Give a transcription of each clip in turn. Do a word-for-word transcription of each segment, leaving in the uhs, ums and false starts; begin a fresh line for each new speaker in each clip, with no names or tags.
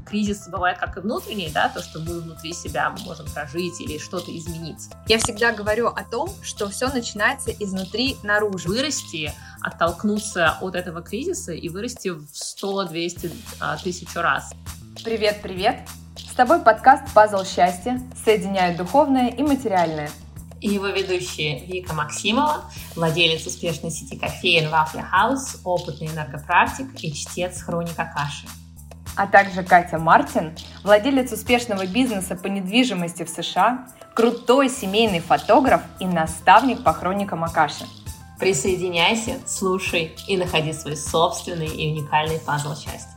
кризис бывает как и внутренний, да, то, что мы внутри себя можем прожить или что-то изменить.
Я всегда говорю о том, что все начинается изнутри наружу.
Вырасти, оттолкнуться от этого кризиса и вырасти в сто-двести тысяч раз.
Привет-привет! С тобой подкаст «Пазл счастья», соединяет духовное и материальное.
И его ведущие Вика Максимова, владелец успешной сети кофеен Waffle House, опытный энергопрактик и чтец хроник Акаши.
А также Катя Мартин, владелец успешного бизнеса по недвижимости в США, крутой семейный фотограф и наставник по хроникам Акаши.
Присоединяйся, слушай и находи свой собственный и уникальный пазл счастья.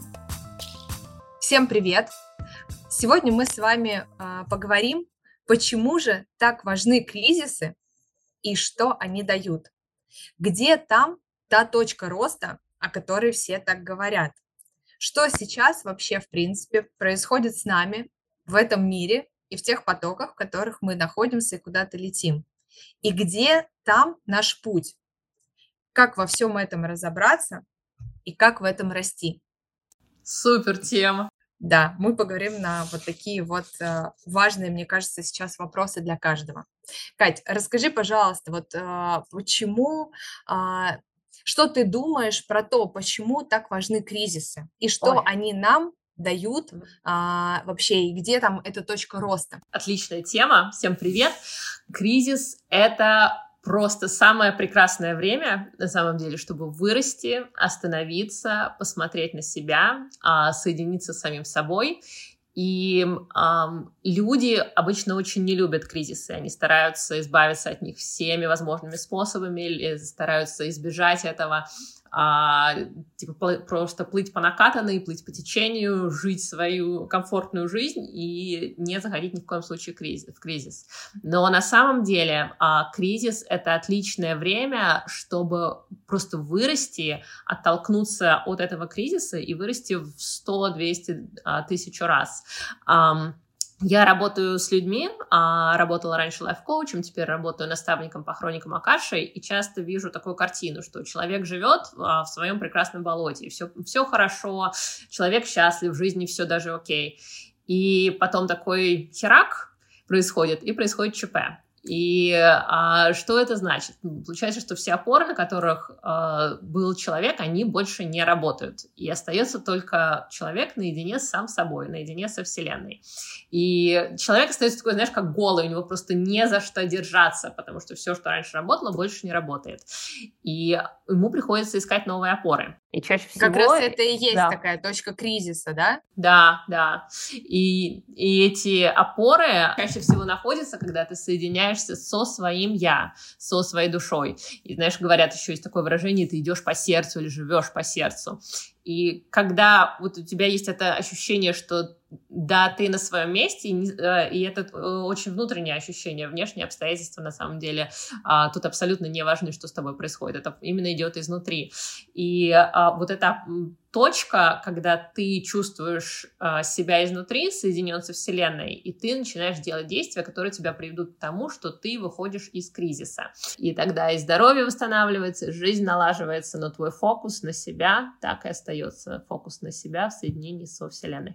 Всем привет! Сегодня мы с вами э, поговорим, почему же так важны кризисы и что они дают. Где там та точка роста, о которой все так говорят? Что сейчас вообще, в принципе, происходит с нами в этом мире и в тех потоках, в которых мы находимся и куда-то летим? И где там наш путь? Как во всем этом разобраться и как в этом расти?
Супер тема!
Да, мы поговорим на вот такие вот э, важные, мне кажется, сейчас вопросы для каждого. Кать, расскажи, пожалуйста, вот э, почему, э, что ты думаешь про то, почему так важны кризисы и что
Ой.
они нам дают а, вообще, и где там эта точка роста?
Отличная тема. Всем привет. Кризис — это просто самое прекрасное время, на самом деле, чтобы вырасти, остановиться, посмотреть на себя, соединиться с самим собой. И эм, люди обычно очень не любят кризисы, они стараются избавиться от них всеми возможными способами или стараются избежать этого, а, типа просто плыть по накатанной, плыть по течению, жить свою комфортную жизнь и не заходить ни в коем случае в кризис. Но на самом деле а, кризис — это отличное время, чтобы просто вырасти, оттолкнуться от этого кризиса и вырасти в сто-двести тысяч раз. Um, я работаю с людьми, а, работала раньше лайф-коучем, теперь работаю наставником по хроникам Акаши, и часто вижу такую картину, что человек живет а, в своем прекрасном болоте, и все, все хорошо, человек счастлив, в жизни все даже окей. И потом такой херак происходит, и происходит ЧП. И а, что это значит? Получается, что все опоры, на которых а, был человек, они больше не работают. И остается только человек наедине с сам собой, наедине со Вселенной. И человек остается такой, знаешь, как голый, у него просто не за что держаться, потому что все, что раньше работало, больше не работает. И ему приходится искать новые опоры. И чаще всего...
Как раз это и есть
да.
такая точка кризиса, да?
Да, да. И, и эти опоры чаще всего находятся, когда ты соединяешься со своим «я», со своей душой. И, знаешь, говорят, еще есть такое выражение: ты идешь по сердцу или живешь по сердцу. И когда вот у тебя есть это ощущение, что да, ты на своем месте, и это очень внутреннее ощущение, внешние обстоятельства на самом деле тут абсолютно не важны, что с тобой происходит, это именно идет изнутри. И вот эта точка, когда ты чувствуешь себя изнутри, соединен со Вселенной, и ты начинаешь делать действия, которые тебя приведут к тому, что ты выходишь из кризиса. И тогда и здоровье восстанавливается, жизнь налаживается, но твой фокус на себя так и остается. Фокус на себя в соединении со Вселенной.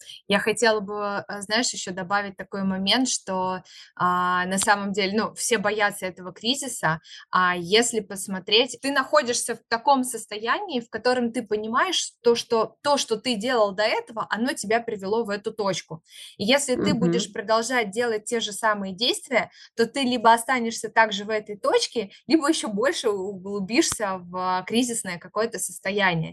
Я хотела бы, знаешь, еще добавить такой момент, что а, на самом деле, ну, все боятся этого кризиса, а если посмотреть, ты находишься в таком состоянии, в котором ты понимаешь то, что то, что ты делал до этого, оно тебя привело в эту точку. И если ты
Мгм.
будешь продолжать делать те же самые действия, то ты либо останешься также в этой точке, либо еще больше углубишься в кризисное какое-то состояние.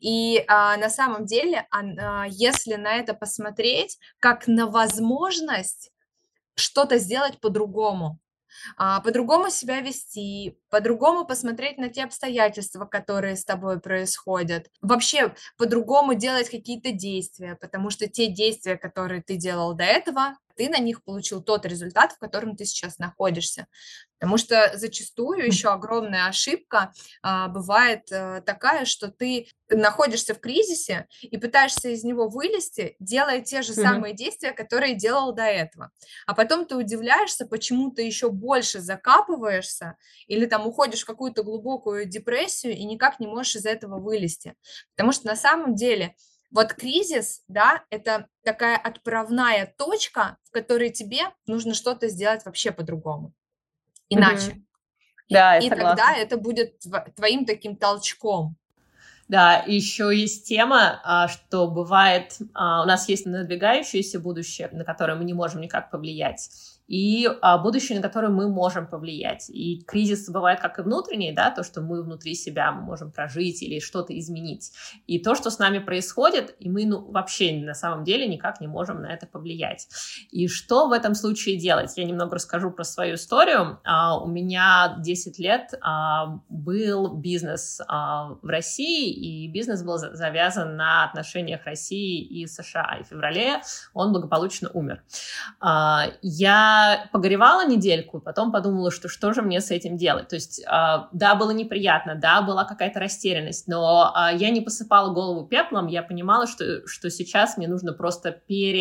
И а, на самом деле, а, если на это посмотреть как на возможность что-то сделать по-другому, а, по-другому себя вести, по-другому посмотреть на те обстоятельства, которые с тобой происходят, вообще по-другому делать какие-то действия, потому что те действия, которые ты делал до этого, ты на них получил тот результат, в котором ты сейчас находишься. Потому что зачастую еще огромная ошибка а, бывает а, такая, что ты находишься в кризисе и пытаешься из него вылезти, делая те же
Мгм.
самые действия, которые делал до этого. А потом ты удивляешься, почему ты еще больше закапываешься или там уходишь в какую-то глубокую депрессию и никак не можешь из этого вылезти. Потому что на самом деле Вот кризис, да, это такая отправная точка, в которой тебе нужно что-то сделать вообще по-другому, иначе.
Мгм. Да, я
И тогда
согласна.
это будет тво- твоим таким толчком.
Да, и еще есть тема, а, что бывает, а, у нас есть надвигающееся будущее, на которое мы не можем никак повлиять, и а, будущее, на которое мы можем повлиять. И кризис бывает как и внутренний, да, то, что мы внутри себя мы можем прожить или что-то изменить. И то, что с нами происходит, и мы ну, вообще на самом деле никак не можем на это повлиять. И что в этом случае делать? Я немного расскажу про свою историю. А, у меня десять лет а, был бизнес а, в России, и бизнес был завязан на отношениях России и США. И в феврале он благополучно умер. А, я погоревала недельку, потом подумала, что что же мне с этим делать. То есть, а, да, было неприятно, да, была какая-то растерянность, но а, я не посыпала голову пеплом, я понимала, что, что сейчас мне нужно просто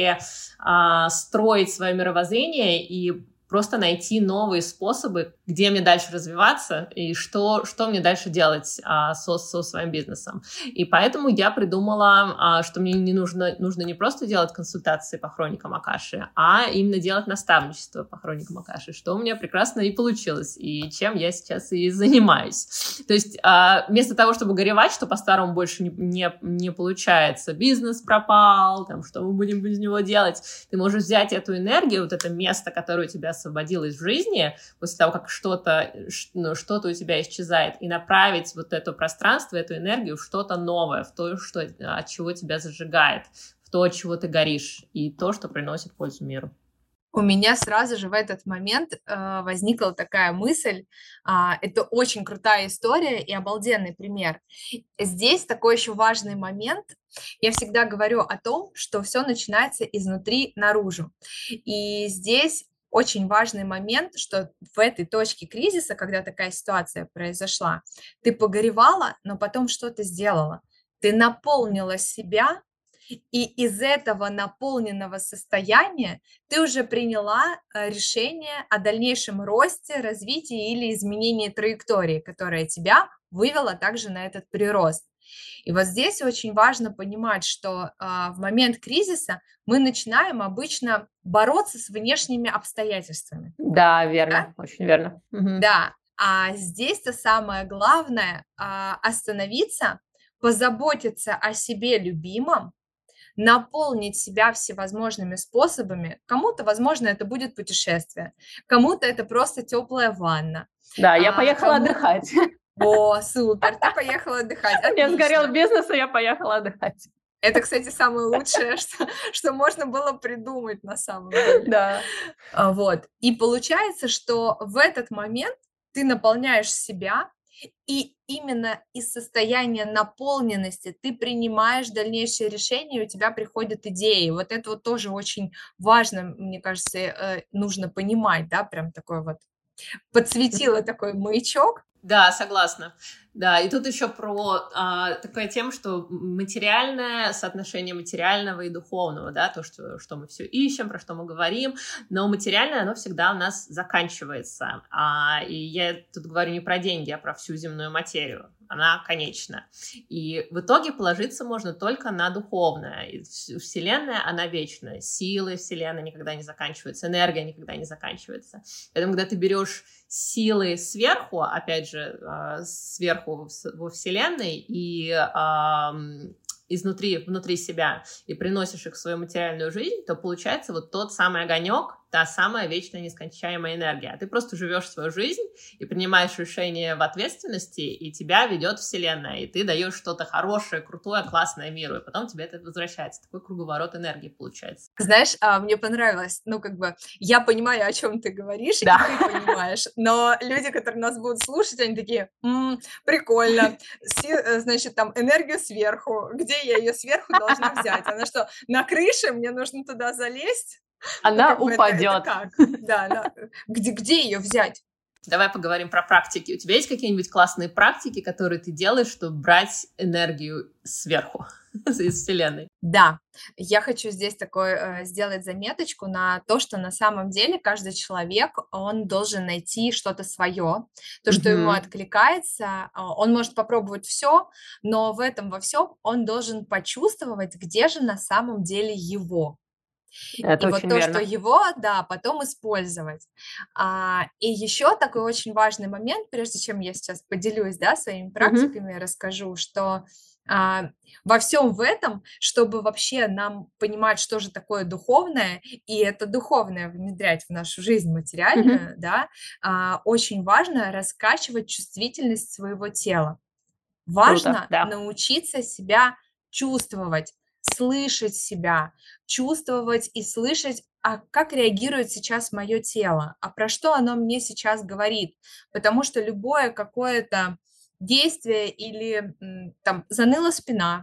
перестроить свое мировоззрение и просто найти новые способы, где мне дальше развиваться и что, что мне дальше делать а, со, со своим бизнесом. И поэтому я придумала, а, что мне не нужно, нужно не просто делать консультации по хроникам Акаши, а именно делать наставничество по хроникам Акаши, что у меня прекрасно и получилось, и чем я сейчас и занимаюсь. То есть а, вместо того, чтобы горевать, что по-старому больше не, не, не получается, бизнес пропал, там, что мы будем без него делать, ты можешь взять эту энергию, вот это место, которое у тебя освободилось в жизни, после того, как что-то, ну, что-то у тебя исчезает, и направить вот это пространство, эту энергию в что-то новое, в то, что, от чего тебя зажигает, в то, от чего ты горишь, и то, что приносит пользу миру.
У меня сразу же в этот момент э, возникла такая мысль, а, это очень крутая история и обалденный пример. Здесь такой еще важный момент. Я всегда говорю о том, что все начинается изнутри наружу. И здесь очень важный момент, что в этой точке кризиса, когда такая ситуация произошла, ты погоревала, но потом что-то сделала. Ты наполнила себя, и из этого наполненного состояния ты уже приняла э, решение о дальнейшем росте, развитии или изменении траектории, которая тебя вывела также на этот прирост. И вот здесь очень важно понимать, что а, в момент кризиса мы начинаем обычно бороться с внешними обстоятельствами.
Да,
Да?
верно, очень верно. Мгм.
Да. А здесь-то самое главное а, остановиться, позаботиться о себе любимом, наполнить себя всевозможными способами. Кому-то, возможно, это будет путешествие, кому-то это просто теплая ванна,
Да, я
а,
поехала
кому...
отдыхать.
О, супер, ты поехала отдыхать,
У меня сгорел
отлично.
бизнес, и я поехала отдыхать.
Это, кстати, самое лучшее, что, что можно было придумать на самом деле.
Да.
А, Вот. И получается, что в этот момент ты наполняешь себя, и именно из состояния наполненности ты принимаешь дальнейшие решения, и у тебя приходят идеи. Вот это вот тоже очень важно, мне кажется, э, нужно понимать, да, прям такой вот подсветила такой маячок.
Да, согласна. Да, и тут еще про а, такая тема, что материальное соотношение материального и духовного, да, то, что, что мы все ищем, про что мы говорим, но материальное, оно всегда у нас заканчивается. А, и я тут говорю не про деньги, а про всю земную материю. Она конечна. И в итоге положиться можно только на духовное. И Вселенная, она вечная. Силы Вселенной никогда не заканчиваются, энергия никогда не заканчивается. Поэтому, когда ты берешь силы сверху, опять же, сверху во Вселенной и изнутри, внутри себя, и приносишь их в свою материальную жизнь, то получается вот тот самый огонек, та самая вечная нескончаемая энергия. А ты просто живешь свою жизнь и принимаешь решения в ответственности, и тебя ведет Вселенная, и ты даешь что-то хорошее, крутое, классное миру, и потом тебе это возвращается. Такой круговорот энергии получается.
Знаешь, а, мне понравилось, ну, как бы, я понимаю, о чем ты говоришь,
Да.
и ты понимаешь, но люди, которые нас будут слушать, они такие, м-м, прикольно, Си- значит, там, энергию сверху, где я ее сверху должна взять? Она что, на крыше, мне нужно туда залезть? Ну,
Она
как бы, это, это
упадет.
как? Да, она- где, где ее взять?
Давай поговорим про практики. У тебя есть какие-нибудь классные практики, которые ты делаешь, чтобы брать энергию сверху, из Вселенной?
Да, я хочу здесь такой э, сделать заметочку на то, что на самом деле каждый человек, он должен найти что-то свое, то, что ему
Мгм.
откликается. а, Он может попробовать все, но в этом во всем он должен почувствовать, где же на самом деле его. И
Это
вот
очень
то, что
верно.
его, да, потом использовать. А, и еще такой очень важный момент, прежде чем я сейчас поделюсь, да, своими
Мгм.
практиками, расскажу, что а, во всем в этом, чтобы вообще нам понимать, что же такое духовное, и это духовное внедрять в нашу жизнь
Мгм.
материальную, да, а, очень важно раскачивать чувствительность своего тела.
Круто,
Важно
да.
научиться себя чувствовать, слышать себя, чувствовать и слышать, а как реагирует сейчас мое тело, а про что оно мне сейчас говорит. Потому что любое какое-то действие или м, там заныла спина,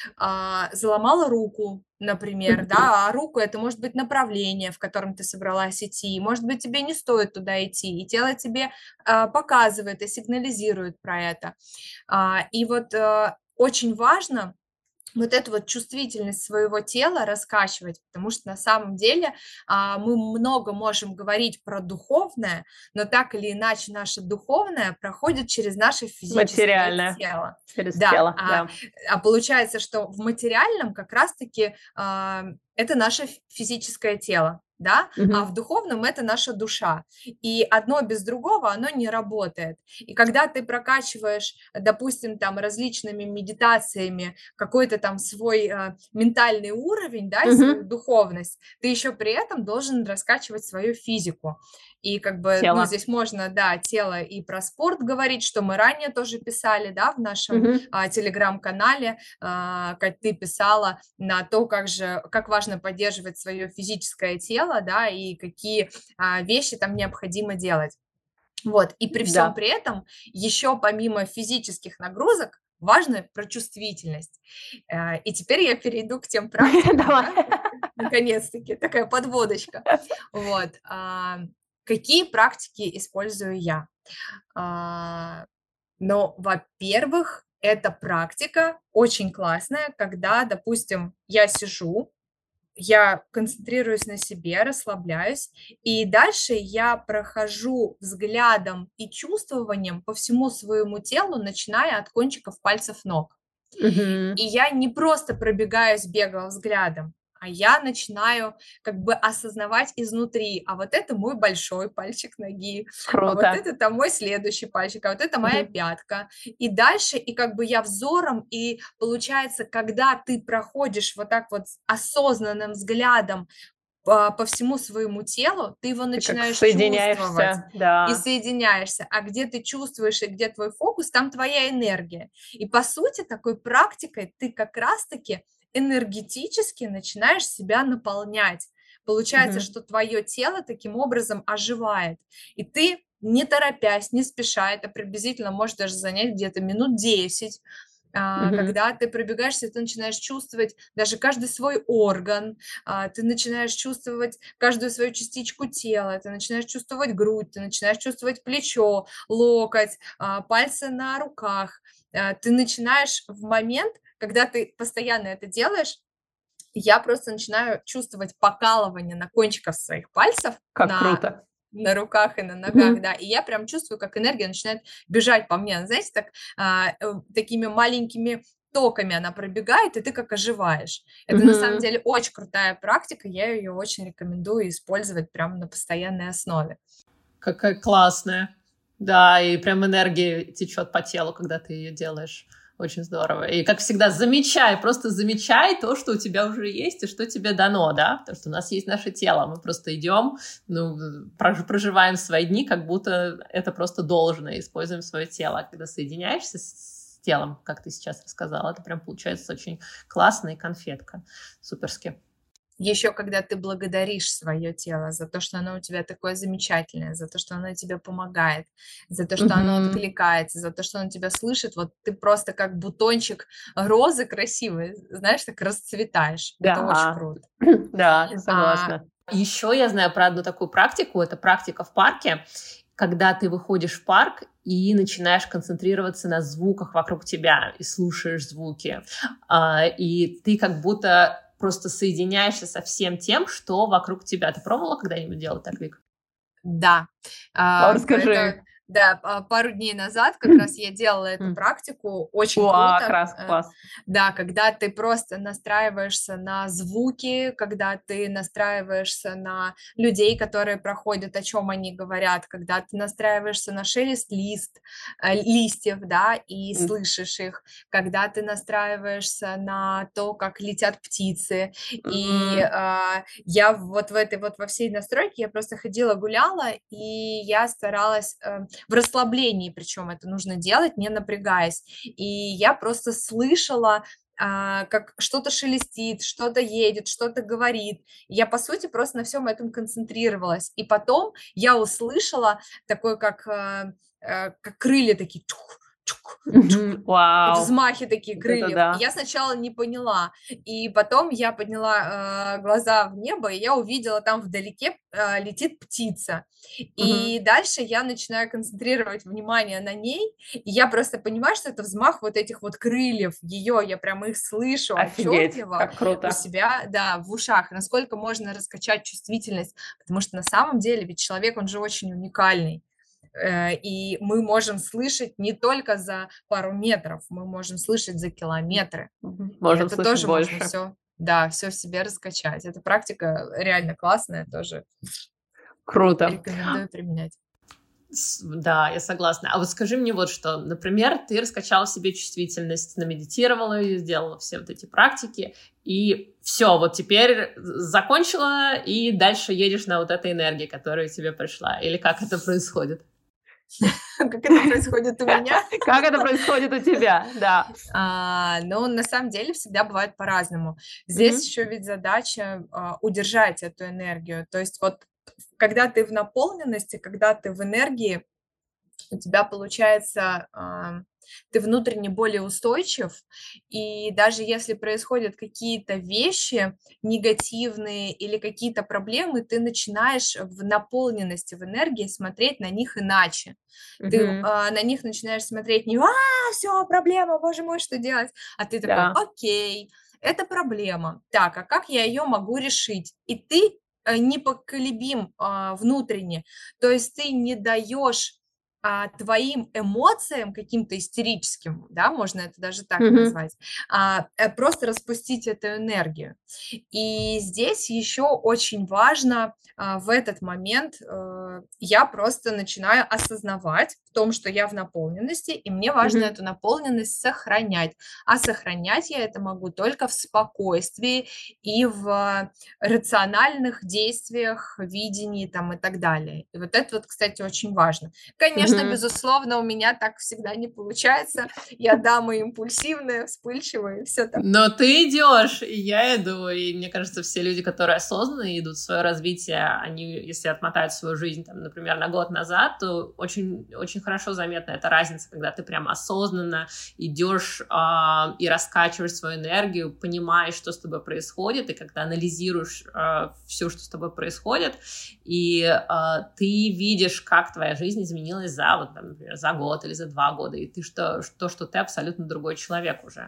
а, заломала руку, например,
Мгм.
да, а руку это может быть направление, в котором ты собралась идти, может быть, тебе не стоит туда идти, и тело тебе а, показывает и сигнализирует про это. А, и вот, э, очень важно вот эту вот чувствительность своего тела раскачивать, потому что на самом деле, а, мы много можем говорить про духовное, но так или иначе наше духовное проходит через наше физическое
Материальное.
тело.
Через
Да,
тело,
а,
да.
а получается, что в материальном как раз-таки, а, это наше ф физическое тело, да, а
Мгм.
в духовном это наша душа. И одно без другого, оно не работает. И когда ты прокачиваешь, допустим, там различными медитациями какой-то там свой, а, ментальный уровень, да, и свою
Мгм.
духовность, ты еще при этом должен раскачивать свою физику. И как бы, ну,
Тело.
здесь можно, да, тело и про спорт говорить, что мы ранее тоже писали, да, в нашем,
Мгм.
а, телеграм-канале, а, как ты писала на то, как же как важно поддерживать свое физическое тело, да, и какие, а, вещи там необходимо делать. Вот, и при всем
Да.
при этом еще помимо физических нагрузок важно про чувствительность. Э, и теперь я перейду к тем практикам,
Давай.
да, наконец-таки, такая подводочка. Вот, а, какие практики использую я? А, но, во-первых, эта практика очень классная, когда, допустим, я сижу, я концентрируюсь на себе, расслабляюсь, и дальше я прохожу взглядом и чувствованием по всему своему телу, начиная от кончиков пальцев ног.
Мгм.
И я не просто пробегаюсь беглым взглядом, а я начинаю как бы осознавать изнутри, а вот это мой большой пальчик ноги, а вот
Круто.
это там мой следующий пальчик, а вот это моя
Мгм.
пятка. И дальше, и как бы я взором, и получается, когда ты проходишь вот так вот с осознанным взглядом по по всему своему телу, ты его
Ты как
начинаешь чувствовать
соединяешься,
и
да.
соединяешься. А где ты чувствуешь и где твой фокус, там твоя энергия. И по сути такой практикой ты как раз-таки энергетически начинаешь себя наполнять. Получается,
Мгм.
что твое тело таким образом оживает. И ты, не торопясь, не спеша, это приблизительно может даже занять где-то минут десять, а,
Мгм.
когда ты пробегаешься, ты начинаешь чувствовать даже каждый свой орган, а, ты начинаешь чувствовать каждую свою частичку тела, ты начинаешь чувствовать грудь, ты начинаешь чувствовать плечо, локоть, а, пальцы на руках. А, ты начинаешь в момент, когда ты постоянно это делаешь, я просто начинаю чувствовать покалывание на кончиках своих пальцев,
Как
на
круто.
на руках и на ногах,
Мгм.
да, и я прям чувствую, как энергия начинает бежать по мне. Она, знаете, так, а, э, такими маленькими токами она пробегает, и ты как оживаешь. Это на самом
Мгм.
деле очень крутая практика, я ее очень рекомендую использовать прям на постоянной основе.
Какая классная. Да, и прям энергия течет по телу, когда ты ее делаешь. Очень здорово. И, как всегда, замечай, просто замечай то, что у тебя уже есть и что тебе дано, да, потому что у нас есть наше тело, мы просто идем, ну, прож- проживаем свои дни, как будто это просто должно, используем свое тело. А когда соединяешься с телом, как ты сейчас рассказала, это прям получается очень классно и конфетка. Суперски.
Еще когда ты благодаришь свое тело за то, что оно у тебя такое замечательное, за то, что оно тебе помогает, за то, что оно
Мгм.
откликается, за то, что оно тебя слышит, вот ты просто как бутончик розы красивый, знаешь, так расцветаешь. Это очень
Да,
круто.
да,
А,
согласна. Еще я знаю про одну такую практику, это практика в парке, когда ты выходишь в парк и начинаешь концентрироваться на звуках вокруг тебя и слушаешь звуки, а, и ты как будто просто соединяешься со всем тем, что вокруг тебя. Ты пробовала когда-нибудь делать так, Вик?
Да,
А,
а, это,
расскажи.
да, а, пару дней назад как раз я делала эту
М.
практику, очень
О,
круто.
крас
Э,
класс.
да, когда ты просто настраиваешься на звуки, когда ты настраиваешься на людей, которые проходят, о чем они говорят, когда ты настраиваешься на шелест лист, э, листьев, да, и
М.
слышишь их, когда ты настраиваешься на то, как летят птицы. И
М.
а, я вот в этой вот во всей настройке я просто ходила, гуляла, и я старалась э, в расслаблении, причем это нужно делать, не напрягаясь. И я просто слышала, а, как что-то шелестит, что-то едет, что-то говорит. Я, по сути, просто на всем этом концентрировалась. И потом я услышала такое, как, э, э, как крылья такие, чух, чух, чух,
Мгм. Вау!
взмахи такие
Вот это
крыльев. И
да.
я сначала не поняла. И потом я подняла, э, глаза в небо, и я увидела, там вдалеке, э, летит птица.
Мгм.
И дальше я начинаю концентрировать внимание на ней, и я просто понимаю, что это взмах вот этих вот крыльев ее, я прям их слышу
Офигеть,
отчетливо
как
у
круто.
себя, да, в ушах. Насколько можно раскачать чувствительность, потому что на самом деле ведь человек, он же очень уникальный. Э, и мы можем слышать не только за пару метров, мы можем слышать за километры.
Мгм.
И
Можем
это
слышать
тоже можно
больше.
все, да, все в себе раскачать. Эта практика реально классная, тоже
Круто.
рекомендую применять.
С Да, я согласна. А вот скажи мне вот что. Например, ты раскачала в себе чувствительность, намедитировала её, сделала все вот эти практики, и все, вот теперь закончила, и дальше едешь на вот этой энергии, которая тебе пришла. Или как это происходит?
Как это происходит у меня?
Как это происходит у тебя? Да.
А, но на самом деле всегда бывает по-разному. Здесь
Мгм.
еще ведь задача, а, удержать эту энергию. То есть вот когда ты в наполненности, когда ты в энергии, у тебя получается, ам, ты внутренне более устойчив, и даже если происходят какие-то вещи негативные или какие-то проблемы, ты начинаешь в наполненности, в энергии смотреть на них иначе. Ты,
Мгм.
а, на них начинаешь смотреть не: "А, всё, проблема, боже мой, что делать?" А ты такой:
Да.
"Окей, это проблема. Так, а как я ее могу решить?" И ты, э, непоколебим, а, внутренне. То есть ты не даешь, а, твоим эмоциям каким-то истерическим, да, можно это даже так
Мгм.
назвать, а, э, просто распустить эту энергию. И здесь еще очень важно, а, в этот момент, э, я просто начинаю осознавать в том, что я в наполненности, и мне важно
Мгм.
эту наполненность сохранять. А сохранять я это могу только в спокойствии и в рациональных действиях, видении там и так далее. И вот это вот, кстати, очень важно. Конечно,
Мгм.
безусловно, у меня так всегда не получается. Я дама импульсивная, вспыльчивая, и все
Но
такое.
ты идешь, и я иду, и мне кажется, все люди, которые осознанно идут в свое развитие, они, если отмотать свою жизнь, там, например, на год назад, то очень, очень хорошо заметна эта разница, когда ты прям осознанно идешь а, и раскачиваешь свою энергию, понимаешь, что с тобой происходит, и когда анализируешь а, все, что с тобой происходит, и а, ты видишь, как твоя жизнь изменилась за, вот, там, например, за год или за два года, и ты что, то, что ты абсолютно другой человек уже.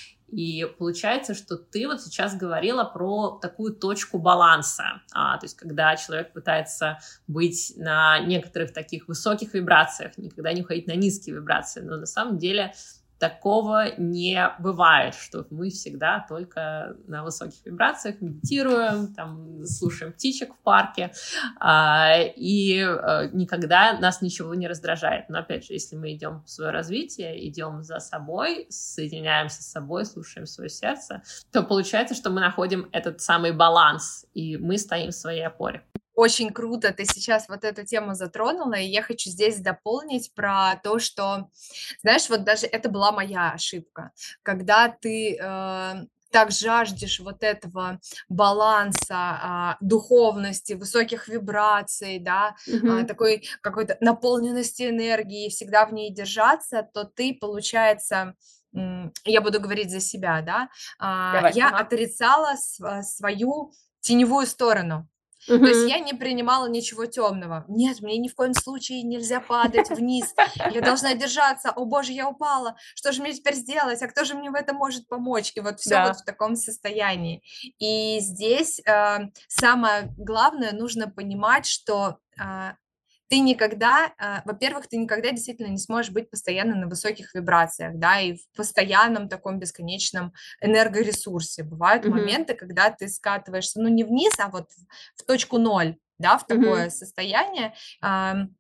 И получается, что ты вот сейчас говорила про такую точку баланса, а, то есть когда человек пытается быть на некоторых таких высоких вибрациях, никогда не уходить на низкие вибрации, но на самом деле такого не бывает, что мы всегда только на высоких вибрациях медитируем, там, слушаем птичек в парке, а, и а, никогда нас ничего не раздражает. Но, опять же, если мы идем в свое развитие, идем за собой, соединяемся с собой, слушаем свое сердце, то получается, что мы находим этот самый баланс, и мы стоим в своей опоре.
Очень круто ты сейчас вот эту тему затронула, и я хочу здесь дополнить про то, что, знаешь, вот даже это была моя ошибка, когда ты э, так жаждешь вот этого баланса, а, духовности, высоких вибраций, да, а,
Мгм.
такой какой-то наполненности энергии, всегда в ней держаться, то ты, получается, м, я буду говорить за себя, да, а,
Давай,
я
ага.
отрицала св- свою теневую сторону. То есть
Мгм.
я не принимала ничего темного. Нет, мне ни в коем случае нельзя падать вниз. Я должна держаться. О боже, я упала. Что же мне теперь сделать? А кто же мне в этом может помочь? И вот все вот в
Да.
таком состоянии. И здесь э, самое главное, нужно понимать, что а, ты никогда, а, во-первых, ты никогда действительно не сможешь быть постоянно на высоких вибрациях, да, и в постоянном таком бесконечном энергоресурсе. Бывают
Мгм.
моменты, когда ты скатываешься, ну, не вниз, а вот в точку ноль, да, в такое
Мгм.
состояние. Ам,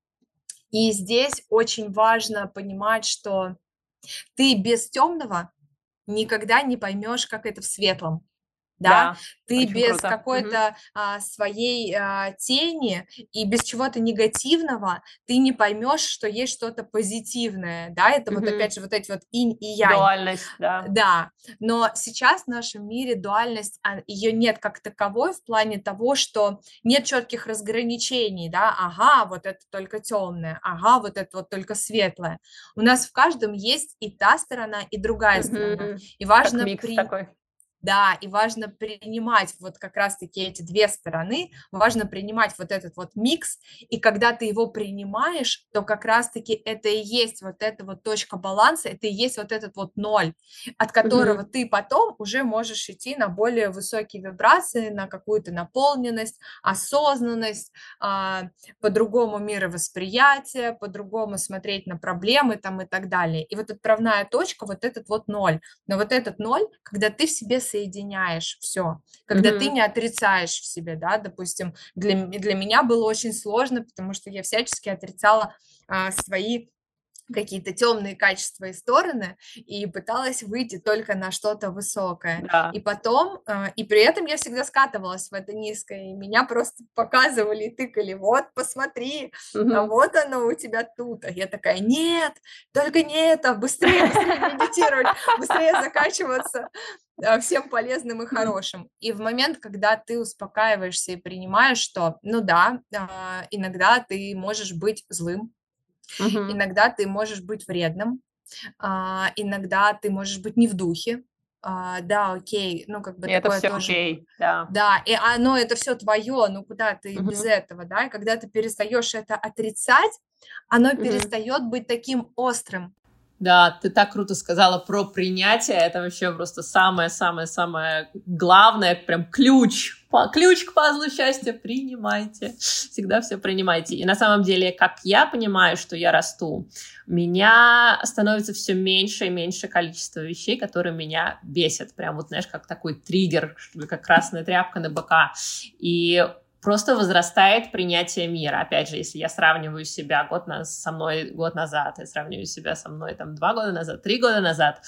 И здесь очень важно понимать, что ты без темного никогда не поймешь, как это в светлом. Да,
Да,
ты
очень
без
круто. Мгм.
какой-то а, своей а, тени и без чего-то негативного ты не поймешь, что есть что-то позитивное, да, это вот
Мгм.
опять же вот эти вот инь и янь.
Дуальность, да.
Да, но сейчас в нашем мире дуальность, а, ее нет как таковой в плане того, что нет четких разграничений, да, ага, вот это только темное, ага, вот это вот только светлое. У нас в каждом есть и та сторона, и другая сторона.
Мгм.
И
Как
важно
микс
при,
такой.
да, и важно принимать вот как раз-таки эти две стороны, важно принимать вот этот вот микс, и когда ты его принимаешь, то как раз-таки это и есть вот эта вот точка баланса, это и есть вот этот вот ноль, от которого
Мгм.
ты потом уже можешь идти на более высокие вибрации, на какую-то наполненность, осознанность, а, по-другому мировосприятие, по-другому смотреть на проблемы там и так далее. И вот отправная точка, вот этот вот ноль. Но вот этот ноль, когда ты в себе соединяешь все, когда ты
Мгм.
не отрицаешь в себе, да, допустим, для, м- для меня было очень сложно, потому что я всячески отрицала а, свои какие-то темные качества и стороны и пыталась выйти только на что-то высокое. И
Да.
потом, а, и при этом я всегда скатывалась в это низкое, и меня просто показывали и тыкали: вот, посмотри, а
Мгм.
вот оно у тебя тут. А я такая: нет, только не это, быстрее, быстрее медитировать, быстрее закачиваться а, всем полезным и
М.
хорошим. И в момент, когда ты успокаиваешься и принимаешь, что, ну да, а, иногда ты можешь быть злым,
Мгм.
иногда ты можешь быть вредным, а, иногда ты можешь быть не в духе. А, да, окей, ну, как бы
И это
такое
все
тоже.
окей, да.
Да, и оно это все твое, ну куда ты без
Мгм.
этого, да? И когда ты перестаешь это отрицать, оно
Мгм.
перестает быть таким острым.
Да, ты так круто сказала про принятие. Это вообще просто самое-самое-самое главное, прям ключ. По- Ключ к пазлу счастья. Принимайте. Всегда все принимайте. И на самом деле, как я понимаю, что я расту, меня становится все меньше и меньше количество вещей, которые меня бесят. Прям вот, знаешь, как такой триггер, как красная тряпка на бока. И просто возрастает принятие мира. Опять же, если я сравниваю себя год на, со мной год назад, я сравниваю себя со мной там два года назад, три года назад,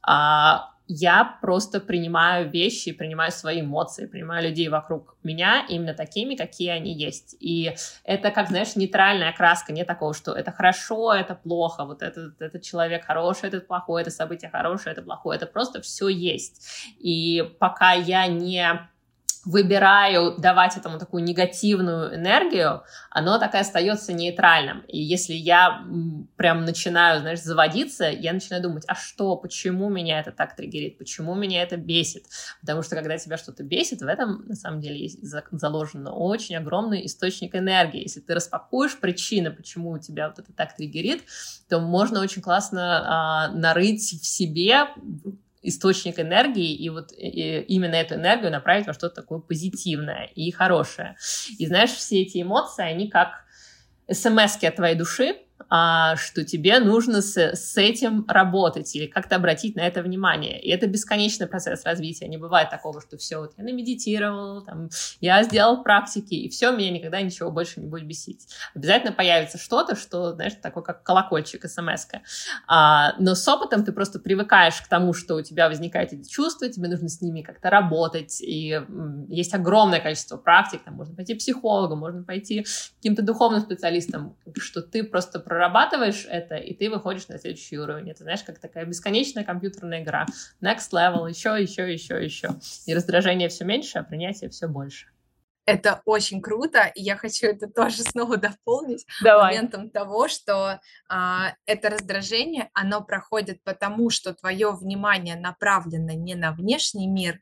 а, я просто принимаю вещи, принимаю свои эмоции, принимаю людей вокруг меня именно такими, какие они есть. И это, как, знаешь, нейтральная окраска, нет такого, что это хорошо, это плохо, вот этот, этот человек хороший, этот плохой, это событие хорошее, это плохое, это просто все есть. И пока я не выбираю давать этому такую негативную энергию, оно так и остается нейтральным. И если я м, прям начинаю, знаешь, заводиться, я начинаю думать, а что, почему меня это так триггерит, почему меня это бесит? Потому что когда тебя что-то бесит, в этом, на самом деле, есть за- заложен очень огромный источник энергии. Если ты распакуешь причины, почему у тебя вот это так триггерит, то можно очень классно а, нарыть в себе источник энергии, и вот и именно эту энергию направить во что-то такое позитивное и хорошее. И знаешь, все эти эмоции, они как смс-ки от твоей души, а, что тебе нужно с, с этим работать или как-то обратить на это внимание. И это бесконечный процесс развития. Не бывает такого, что все, вот я намедитировал, там, я сделал практики, и все, меня никогда ничего больше не будет бесить. Обязательно появится что-то, что, знаешь, такое как колокольчик, смс-ка. А, но с опытом ты просто привыкаешь к тому, что у тебя возникают эти чувства, тебе нужно с ними как-то работать, и м, есть огромное количество практик, там можно пойти к психологу, можно пойти к каким-то духовным специалистам, что ты просто прорабатываешь это, и ты выходишь на следующий уровень. Это, знаешь, как такая бесконечная компьютерная игра. Next level, еще, еще, еще, еще. И раздражение все меньше, а принятие все больше.
Это очень круто, и я хочу это тоже снова дополнить
Давай.
моментом того, что а, это раздражение, оно проходит потому, что твое внимание направлено не на внешний мир,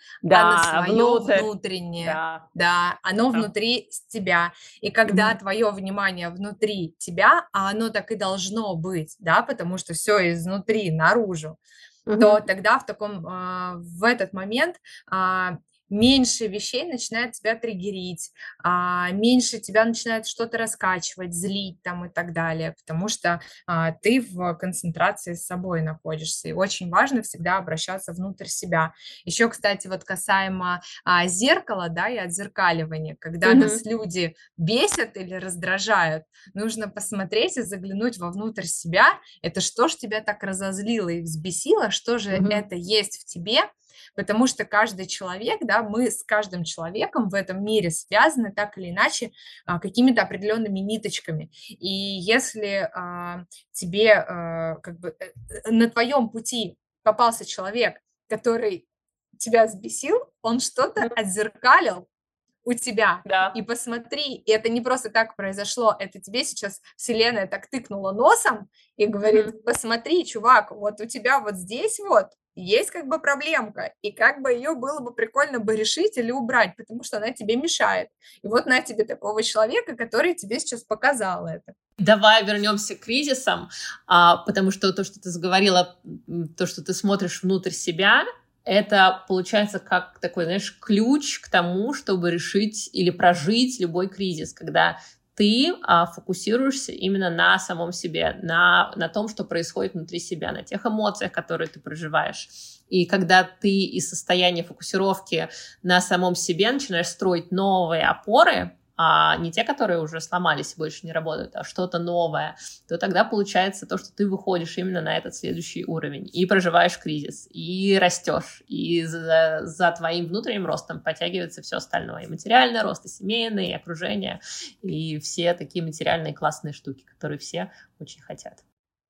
а на
Да,
свое
внутрь.
внутреннее.
Да.
Да, оно
Да.
внутри с тебя. И когда
Мгм.
твое внимание внутри тебя, а оно так и должно быть, да, потому что все изнутри наружу, то
Мгм.
тогда в таком, а, в этот момент, а, меньше вещей начинает тебя триггерить, а, меньше тебя начинает что-то раскачивать, злить там и так далее, потому что, а, ты в концентрации с собой находишься. И очень важно всегда обращаться внутрь себя. Еще, кстати, вот касаемо, а, зеркала, да, и отзеркаливания, когда нас
Мгм.
люди бесят или раздражают, нужно посмотреть и заглянуть вовнутрь себя. Это что ж тебя так разозлило и взбесило, что же
Мгм.
это есть в тебе, потому что каждый человек, да, мы с каждым человеком в этом мире связаны так или иначе а, какими-то определенными ниточками. И если а, тебе а, как бы э, э, на твоем пути попался человек, который тебя взбесил, он что-то
Мгм.
отзеркалил у тебя. И
Да.
посмотри, и это не просто так произошло, это тебе сейчас Вселенная так тыкнула носом и
Мгм.
говорит: посмотри, чувак, вот у тебя вот здесь вот есть как бы проблемка, и как бы ее было бы прикольно бы решить или убрать, потому что она тебе мешает. И вот на тебе такого человека, который тебе сейчас показал это.
Давай вернемся к кризисам, а, потому что то, что ты заговорила, м, то, что ты смотришь внутрь себя, это получается как такой, знаешь, ключ к тому, чтобы решить или прожить любой кризис, когда ты а, фокусируешься именно на самом себе, на, на том, что происходит внутри себя, на тех эмоциях, которые ты проживаешь. И когда ты из состояния фокусировки на самом себе начинаешь строить новые опоры, а не те, которые уже сломались и больше не работают, а что-то новое, то тогда получается то, что ты выходишь именно на этот следующий уровень и проживаешь кризис, и растешь, и за, за твоим внутренним ростом подтягивается все остальное, и материальный рост, и семейный, и окружение, и все такие материальные классные штуки, которые все очень хотят.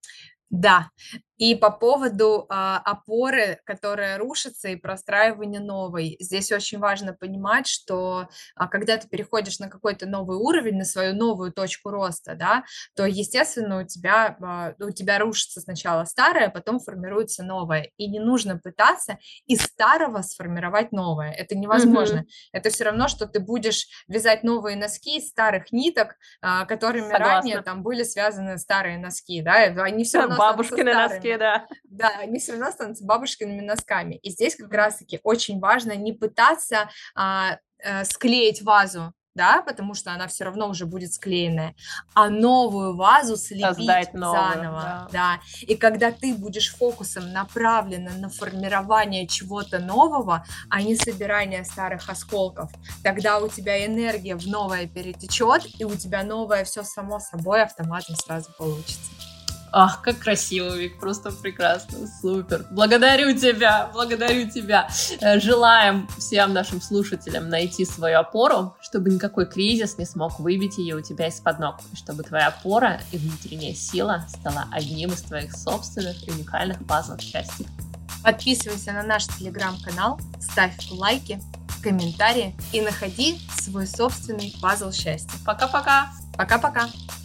Да, и по поводу а, опоры, которая рушится, и простраивания новой. Здесь очень важно понимать, что а, когда ты переходишь на какой-то новый уровень, на свою новую точку роста, да, то, естественно, у тебя, а, у тебя рушится сначала старое, а потом формируется новое. И не нужно пытаться из старого сформировать новое. Это невозможно.
Мгм.
Это все равно, что ты будешь вязать новые носки из старых ниток, а, которыми ранее
Согласна.
там были связаны старые носки, да, и они все равно останутся
Бабушкины носки,
старыми.
да.
Да, они все равно останутся бабушкиными носками. И здесь как
Мгм.
раз-таки очень важно не пытаться а, э, склеить вазу, да, потому что она все равно уже будет склеенная, а новую вазу слепить
Создать новую,
заново,
да.
да. И когда ты будешь фокусом направлена на формирование чего-то нового, а не собирание старых осколков, тогда у тебя энергия в новое перетечет, и у тебя новое все само собой автоматом сразу получится.
Ах, как красиво, Вик, просто прекрасно, супер. Благодарю тебя, благодарю тебя. Э, Желаем всем нашим слушателям найти свою опору, чтобы никакой кризис не смог выбить ее у тебя из-под ног, и чтобы твоя опора и внутренняя сила стала одним из твоих собственных и уникальных пазлов счастья.
Подписывайся на наш телеграм-канал, ставь лайки, комментарии и находи свой собственный пазл счастья.
Пока-пока!
Пока-пока!